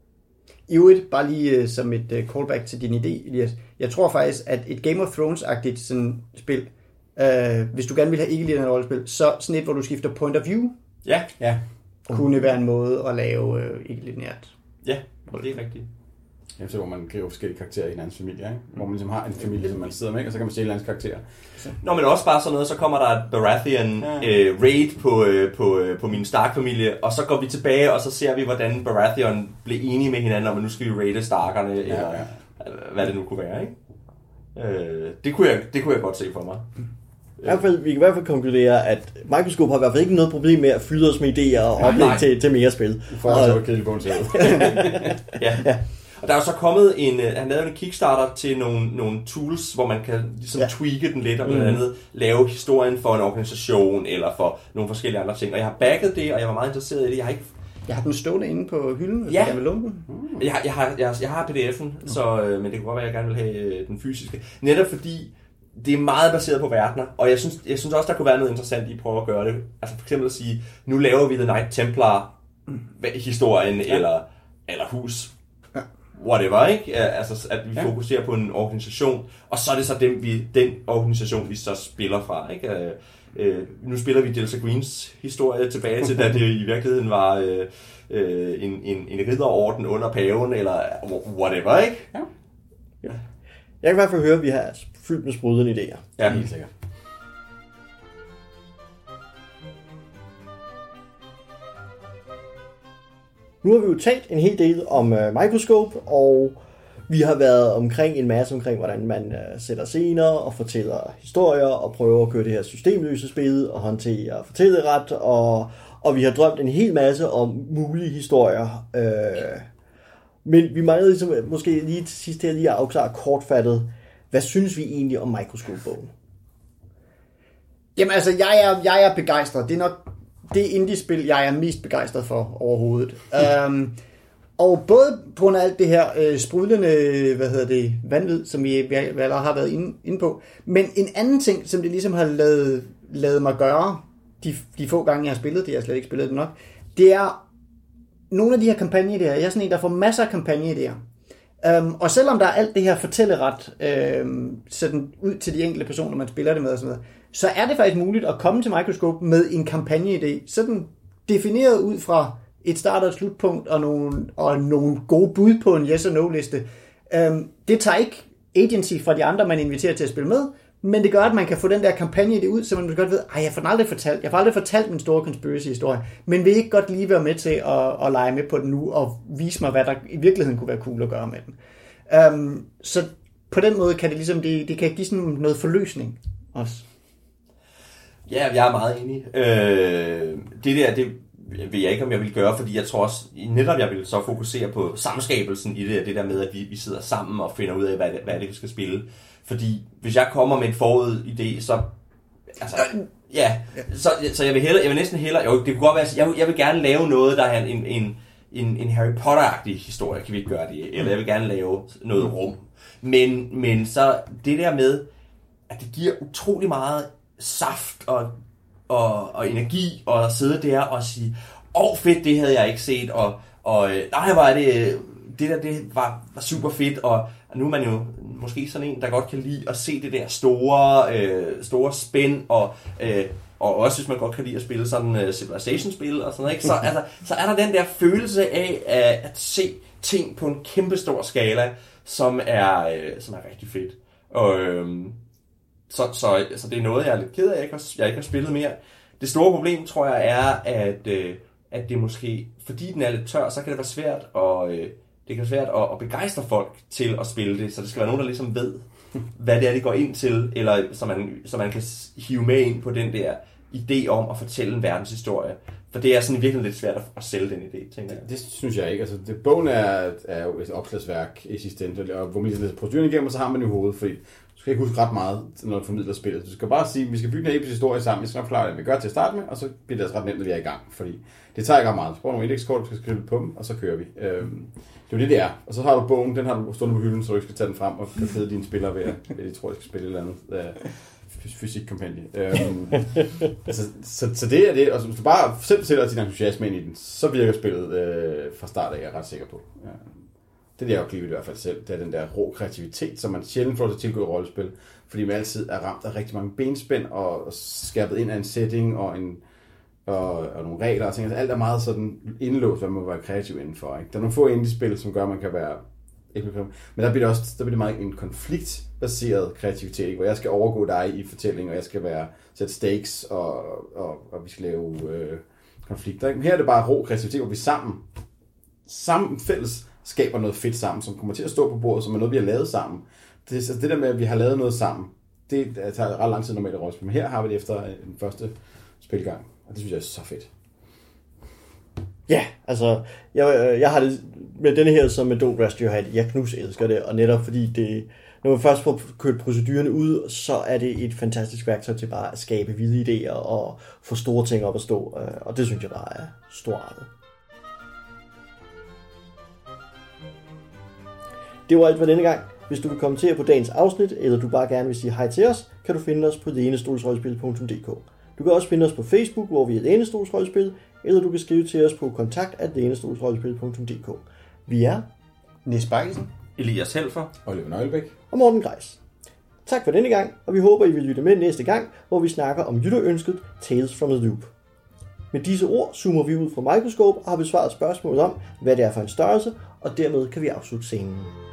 I øvrigt, bare lige som et callback til din idé, Elias. Jeg tror faktisk, at et Game of Thrones-agtigt sådan spil, hvis du gerne vil have ikke-lineært rollespil, så sådan et, hvor du skifter point of view, kunne være en måde at lave ikke-lineært. Ja, det er rigtigt. Ja, så hvor man griber forskellige karakterer i hinandens familie, ikke? Hvor man ligesom har en familie, som man sidder med, og så kan man se hinandens karakterer. Nå, men også bare sådan noget, så kommer der et Baratheon raid på min Stark-familie, og så går vi tilbage, og så ser vi, hvordan Baratheon blev enige med hinanden om, at nu skal vi raide Starkerne, eller hvad det nu kunne være, ikke? Det kunne jeg godt se for mig. Vi kan i hvert fald konkludere, at Microscope har i hvert fald ikke noget problem med at fylde os med idéer og oplæg til mere spil. Ja. Og der er jo så kommet han lavede en Kickstarter til nogle tools, hvor man kan ligesom tweake den lidt, og blandt andet lave historien for en organisation, eller for nogle forskellige andre ting. Og jeg har backet det, og jeg var meget interesseret i det. Jeg har den stående inde på hylden, hvis jeg vil låne den. Jeg har pdf'en, men det kunne godt være, at jeg gerne vil have den fysiske. Netop fordi det er meget baseret på verdener, og jeg synes også, der kunne være noget interessant i at prøve at gøre det. Altså for eksempel at sige, nu laver vi The Knight Templar historien, eller hus, whatever, ikke? Altså at vi fokuserer på en organisation, og så er det så den organisation, vi så spiller fra, ikke? Nu spiller vi Delta Greens historie tilbage til, da det i virkeligheden var en ridderorden under paven, eller whatever, ikke? Ja. Jeg kan i hvert fald høre, at vi har fyldt med sprudlende idéer. Ja, helt sikkert. Nu har vi jo talt en hel del om Microscope, og vi har været omkring en masse omkring, hvordan man sætter scener og fortæller historier og prøver at køre det her systemløse spil og håndtere fortælleret, og vi har drømt en hel masse om mulige historier. Men vi mangler ligesom, måske lige til sidst her lige at afklare kortfattet, hvad synes vi egentlig om Microscope-bogen? Jamen altså, jeg er begejstret. Det er nok det indie-spil, jeg er mest begejstret for overhovedet. Og både på grund af alt det her sprudlende, vanvid, som vi allerede har været inde på, men en anden ting, som det ligesom har lavet mig gøre, de få gange, jeg har spillet det, jeg har slet ikke spillet det nok, det er nogle af de her kampagneidéer. Jeg er sådan en, der får masser af kampagneidéer. Og selvom der er alt det her fortælleret sådan ud til de enkelte personer, man spiller det med og sådan noget, så er det faktisk muligt at komme til Microscope med en kampagneidé, sådan defineret ud fra et start- og et slutpunkt og nogle gode bud på en yes- og no-liste. Det tager ikke agency fra de andre, man inviterer til at spille med, men det gør, at man kan få den der kampagne det ud, så man godt ved, jeg får aldrig fortalt min store conspiracy-historie, men vil ikke godt lige være med til at lege med på den nu, og vise mig, hvad der i virkeligheden kunne være cool at gøre med den. Så på den måde kan det ligesom, det kan give sådan noget forløsning også. Ja, jeg er meget enig. Det ved jeg ikke, om jeg vil gøre, fordi jeg tror også, netop jeg vil så fokusere på samskabelsen i det der med, at vi sidder sammen og finder ud af, hvad det vi skal spille. Fordi hvis jeg kommer med en forud idé, så... Altså, ja, så jeg vil næsten hellere... Jo, det kunne godt være, jeg vil gerne lave noget, der er en Harry Potter-agtig historie, kan vi ikke gøre det? Eller jeg vil gerne lave noget rum. Men så det der med, at det giver utrolig meget saft og energi at sidde der og sige, fedt, det havde jeg ikke set, og nej, var det var super fedt, og nu er man jo måske sådan en, der godt kan lide at se det der store spænd, og også hvis man godt kan lide at spille sådan Civilization-spil og sådan noget, ikke? Så er der den der følelse af at se ting på en kæmpe stor skala, som er rigtig fedt. Og så det er noget, jeg er lidt ked af, jeg ikke har spillet mere. Det store problem, tror jeg, er, at det måske, fordi den er lidt tør, så kan det være svært at begejstre folk til at spille det. Så det skal være nogen, der ligesom ved, hvad det er, de går ind til, eller så man kan hive med ind på den der idé om at fortælle en verdenshistorie. For det er sådan virkelig lidt svært at sælge den idé, tænker jeg. Det synes jeg ikke. Altså, bogen er jo et opslagsværk i sidste ende, og hvor man ligesom læser proceduren igennem, og så har man i hovedet, fordi du skal ikke huske ret meget, når du formidler spillet. Du skal bare sige, at vi skal bygge en episk historie sammen. Jeg skal nok forklare, hvad vi gør til at starte med, og så bliver det altså ret nemt, når vi er i gang. Fordi det tager ikke ret meget. Du bruger nogle indekskort, du skal skrive på dem, og så kører vi. Det er jo det er. Og så har du bogen, den har du stående på hylden, så du ikke skal tage den frem og fede dine spillere ved, at de tror, de skal spille et eller andet fysikkompagnie. Så det er det. Og hvis du bare selv sætter din entusiasme ind i den, så virker spillet fra start af, jeg er ret sikker på. Ja. Det er det, jeg oplever i hvert fald selv. Det er den der rå kreativitet, som man sjældent får til at tilgå i rollespil, fordi man altid er ramt af rigtig mange benspænd og skærpet ind af en setting og nogle regler og ting. Altså, alt er meget sådan indlåst, hvad man må være kreativ indenfor. Ikke? Der er nogle få indie-spil, som gør, at man kan være... Men der bliver det meget en konfliktbaseret kreativitet, ikke? Hvor jeg skal overgå dig i fortælling, og jeg skal sætte stakes, og vi skal lave konflikter. Ikke? Men her er det bare rå kreativitet, hvor vi sammen fælles skaber noget fedt sammen, som kommer til at stå på bordet, som er noget, vi har lavet sammen. Det der med, at vi har lavet noget sammen, det tager ret lang tid normalt i rollespil, men her har vi det efter den første spilgang, og det synes jeg er så fedt. Ja, altså, jeg har det med denne her som med Don't Rest Your Head. Jeg elsker det, og netop fordi det, når man først får kørt procedurerne ud, så er det et fantastisk værktøj til bare at skabe vilde idéer og få store ting op at stå, og det synes jeg bare er storartet. Det var alt for denne gang. Hvis du vil kommentere på dagens afsnit, eller du bare gerne vil sige hej til os, kan du finde os på thenestolsrollespil.dk. Du kan også finde os på Facebook, hvor vi er thenestolsrollespil, eller du kan skrive til os på kontakt@thenestolsrollespil.dk. Vi er Nis Bakkesen, Elias Helfer, Oliver Nøglebæk og Morten Greis. Tak for denne gang, og vi håber, I vil lytte med næste gang, hvor vi snakker om lytterønsket Tales from the Loop. Med disse ord zoomer vi ud fra Microscope og har besvaret spørgsmål om, hvad det er for en størrelse, og dermed kan vi afslutte scenen.